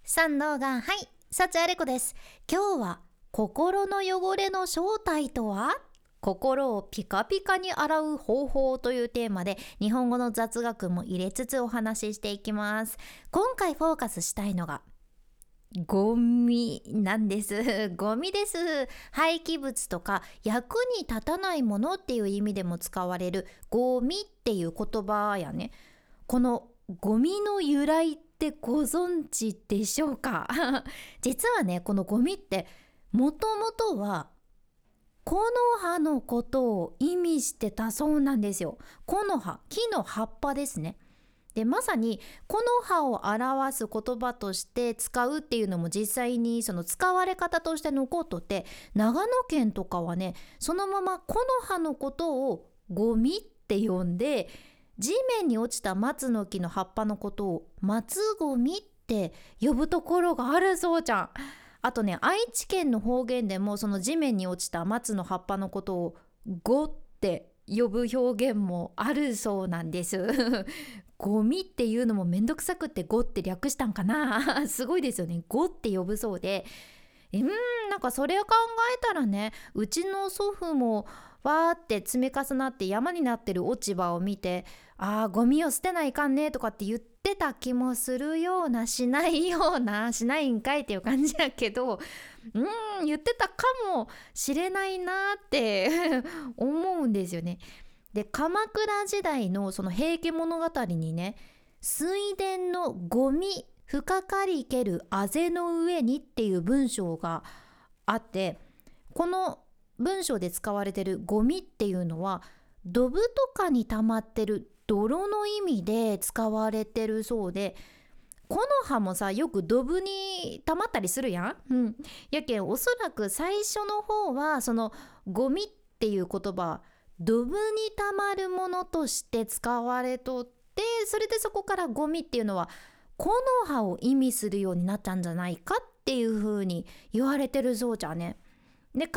三能がはい、幸あれ子です。今日は心の汚れの正体とは、心をピカピカに洗う方法というテーマで日本語の雑学も入れつつお話ししていきます。今回フォーカスしたいのがゴミなんです。ゴミです。廃棄物とか役に立たないものっていう意味でも使われるゴミっていう言葉やね。このゴミの由来ってご存知でしょうか？実はね、このゴミってもともとは木の葉のことを意味してたそうなんですよ。木の葉、木の葉っぱですね。でまさに木の葉を表す言葉として使うっていうのも実際にその使われ方として残っとって、長野県とかはね、そのまま木の葉のことをゴミって呼んで、地面に落ちた松の木の葉っぱのことを松ゴミって呼ぶところがあるそうじゃん。あとね、愛知県の方言でもその地面に落ちた松の葉っぱのことをゴって呼ぶ表現もあるそうなんですゴミっていうのもめんどくさくってゴって略したんかなすごいですよね。ゴって呼ぶそうで、なんかそれを考えたらね、うちの祖父もわーって積み重なって山になってる落ち葉を見て、ゴミを捨てないかんねとかって言ってた気もするような、しないような、しないんかいっていう感じやけど、言ってたかもしれないなって思うんですよね。で鎌倉時代のその平家物語にね、水田のゴミ深かりけるあぜの上にっていう文章があって、この文章で使われてるゴミっていうのはドブとかに溜まってる泥の意味で使われてるそうで、木の葉もさ、よくドブに溜まったりするやん、やけんおそらく最初の方はそのゴミっていう言葉、ドブに溜まるものとして使われとって、それでそこからゴミっていうのは木の葉を意味するようになったんじゃないかっていう風に言われてるそうじゃね。で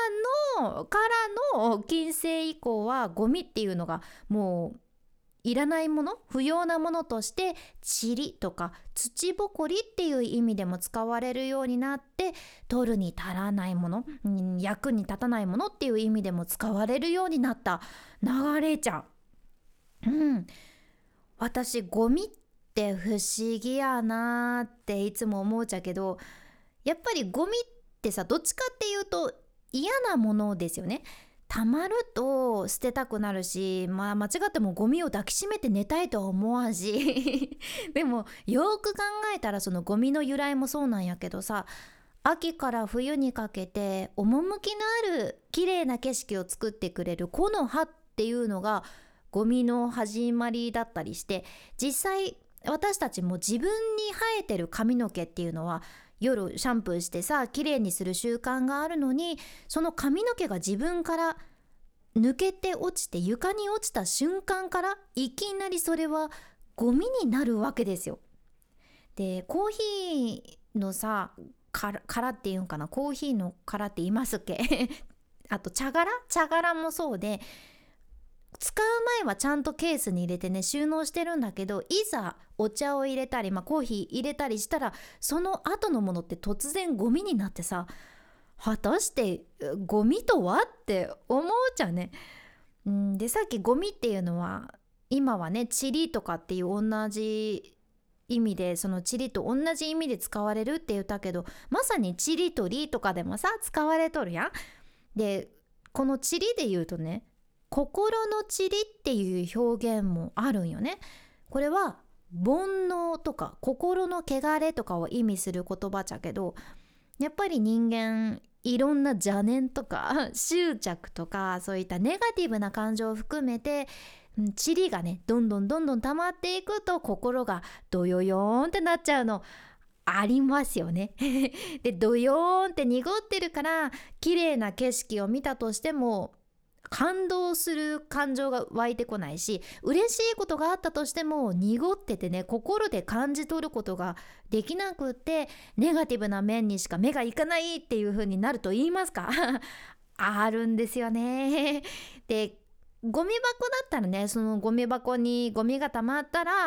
からの近世以降はゴミっていうのがもういらないもの、不要なものとして塵とか土ぼこりっていう意味でも使われるようになって、取るに足らないもの、役に立たないものっていう意味でも使われるようになった流れちゃう。私ゴミって不思議やなっていつも思うちゃけど、やっぱりゴミってさ、どっちかっていうと嫌なものですよね。たまると捨てたくなるし、間違ってもゴミを抱きしめて寝たいとは思わんしでもよく考えたら、そのゴミの由来もそうなんやけどさ、秋から冬にかけて趣のある綺麗な景色を作ってくれる木の葉っていうのがゴミの始まりだったりして、実際私たちも自分に生えてる髪の毛っていうのは夜シャンプーしてさ、綺麗にする習慣があるのに、その髪の毛が自分から抜けて落ちて床に落ちた瞬間からいきなりそれはゴミになるわけですよ。でコーヒーのさ、殻っていうんかな、コーヒーの殻って言いますっけあと茶殻もそうで、使う前はちゃんとケースに入れてね収納してるんだけど、いざお茶を入れたり、コーヒー入れたりしたら、その後のものって突然ゴミになってさ、果たしてゴミとはって思うじゃんね。でさっきゴミっていうのは今はね、塵とかっていう同じ意味で、その塵と同じ意味で使われるって言ったけど、まさに塵取りとかでもさ使われとるやん。でこの塵で言うとね、心の塵っていう表現もあるんよね。これは煩悩とか心の汚れとかを意味する言葉じゃけど、やっぱり人間いろんな邪念とか執着とか、そういったネガティブな感情を含めて塵がね、どんどん溜まっていくと心がドヨヨーンってなっちゃうのありますよねでドヨーンって濁ってるから、綺麗な景色を見たとしても感動する感情が湧いてこないし、嬉しいことがあったとしても濁っててね、心で感じ取ることができなくって、ネガティブな面にしか目がいかないっていう風になると言いますかあるんですよね。でゴミ箱だったらね、そのゴミ箱にゴミが溜まったら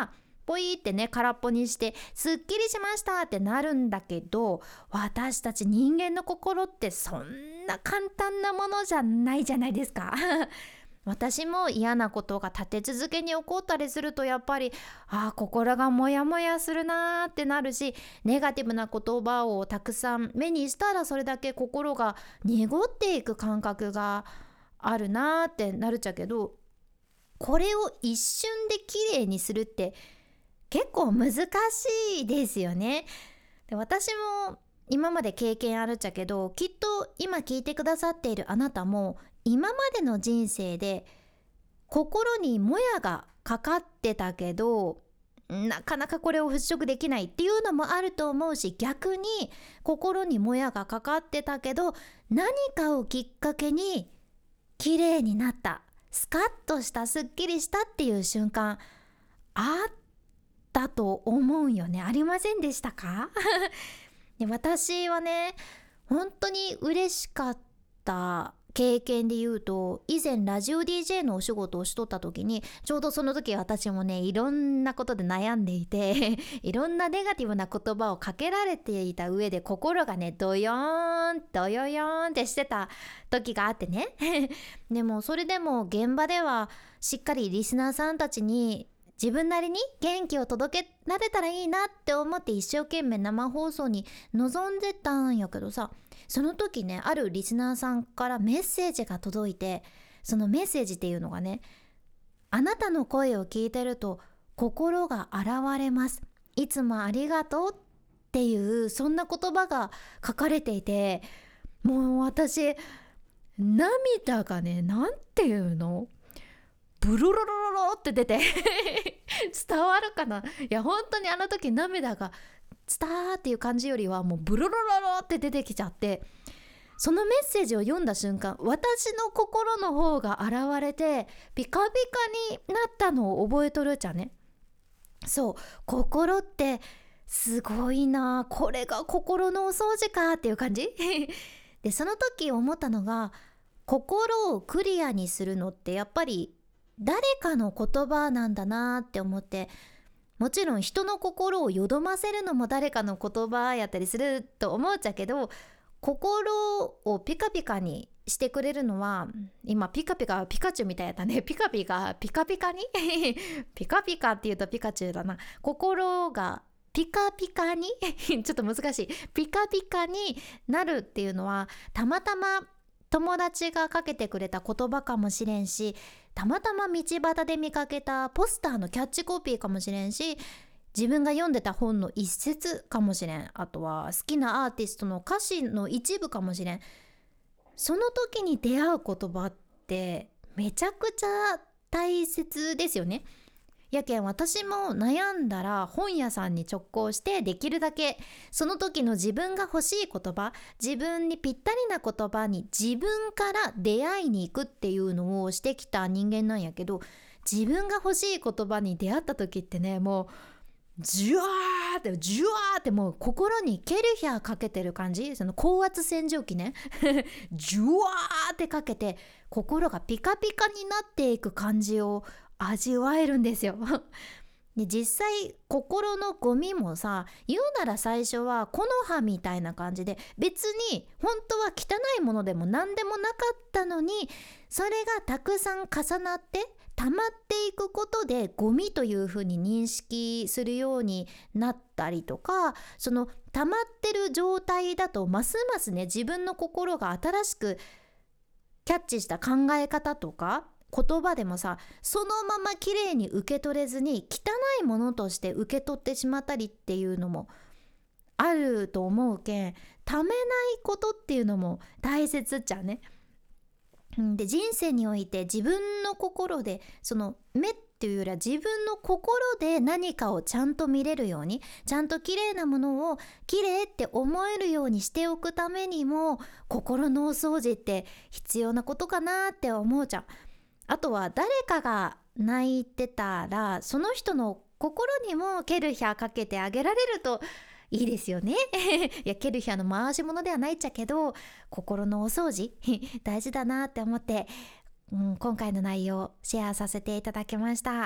ポイってね空っぽにしてすっきりしましたってなるんだけど、私たち人間の心ってそんな簡単なものじゃないじゃないですか私も嫌なことが立て続けに起こったりするとやっぱり心がモヤモヤするなーってなるし、ネガティブな言葉をたくさん目にしたらそれだけ心が濁っていく感覚があるなーってなるっちゃけど、これを一瞬で綺麗にするって結構難しいですよね。で、私も今まで経験あるっちゃけど、きっと今聞いてくださっているあなたも今までの人生で心にもやがかかってたけどなかなかこれを払拭できないっていうのもあると思うし、逆に心にもやがかかってたけど何かをきっかけに綺麗になった、スカッとした、すっきりしたっていう瞬間あったと思うんよね。ありませんでしたかで、私はね本当に嬉しかった経験で言うと、以前ラジオ DJ のお仕事をしとった時に、ちょうどその時私もねいろんなことで悩んでいていろんなネガティブな言葉をかけられていた上で心がねドヨーンドヨヨーンってしてた時があってねでもそれでも現場ではしっかりリスナーさんたちに自分なりに元気を届けられたらいいなって思って一生懸命生放送に臨んでたんやけどさ、その時ねあるリスナーさんからメッセージが届いて、そのメッセージっていうのがね、あなたの声を聞いてると心が洗われます、いつもありがとうっていう、そんな言葉が書かれていて、もう私涙がね、なんていうの、ブルルルルルって出て伝わるかな。いや本当にあの時涙がスターっていう感じよりはもうブルルルルって出てきちゃって、そのメッセージを読んだ瞬間私の心の方が洗われてピカピカになったのを覚えとるじゃね。そう、心ってすごいな、これが心のお掃除かっていう感じで、その時思ったのが、心をクリアにするのってやっぱり誰かの言葉なんだなって思って、もちろん人の心をよどませるのも誰かの言葉やったりすると思っちゃけど、心をピカピカにしてくれるのは、今ピカピカピカチュウみたいやったね、ピカピカピカピカにピカピカって言うとピカチュウだな。心がピカピカにちょっと難しい、ピカピカになるっていうのはたまたま友達がかけてくれた言葉かもしれんし、たまたま道端で見かけたポスターのキャッチコピーかもしれんし、自分が読んでた本の一節かもしれん、あとは好きなアーティストの歌詞の一部かもしれん。その時に出会う言葉ってめちゃくちゃ大切ですよね。やけん私も悩んだら本屋さんに直行して、できるだけその時の自分が欲しい言葉、自分にぴったりな言葉に自分から出会いに行くっていうのをしてきた人間なんやけど、自分が欲しい言葉に出会った時ってね、もうジュワーってジュワーってもう心にケルヒャーかけてる感じ、その高圧洗浄機ねジュワーってかけて心がピカピカになっていく感じを味わえるんですよで、実際心のゴミもさ、言うなら最初は木の葉みたいな感じで、別に本当は汚いものでも何でもなかったのに、それがたくさん重なって溜まっていくことでゴミというふうに認識するようになったりとか、その溜まってる状態だとますますね、自分の心が新しくキャッチした考え方とか言葉でもさ、そのまま綺麗に受け取れずに汚いものとして受け取ってしまったりっていうのもあると思うけん、ためないことっていうのも大切っちゃね。で、人生において自分の心で、その目っていうよりは自分の心で何かをちゃんと見れるように、ちゃんと綺麗なものを綺麗って思えるようにしておくためにも、心のお掃除って必要なことかなって思うじゃん。あとは誰かが泣いてたら、その人の心にもケルヒャーかけてあげられるといいですよねいや、ケルヒャーの回し物ではないっちゃけど、心のお掃除大事だなって思って、今回の内容シェアさせていただきました。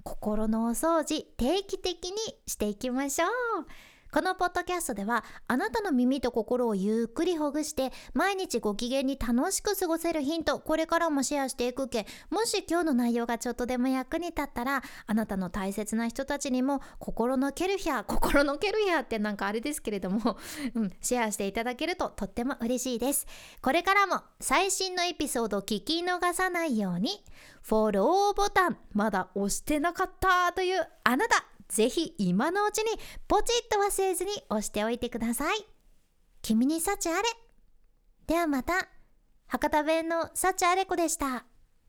心のお掃除定期的にしていきましょう。このポッドキャストではあなたの耳と心をゆっくりほぐして毎日ご機嫌に楽しく過ごせるヒント、これからもシェアしていくけ。もし今日の内容がちょっとでも役に立ったら、あなたの大切な人たちにも心のケルヒャーってなんかあれですけれどもシェアしていただけるととっても嬉しいです。これからも最新のエピソードを聞き逃さないようにフォローボタンまだ押してなかったというあなた、ぜひ今のうちにポチッと忘れずに押しておいてください。君に幸あれ。ではまた。博多弁の幸あれ子でした。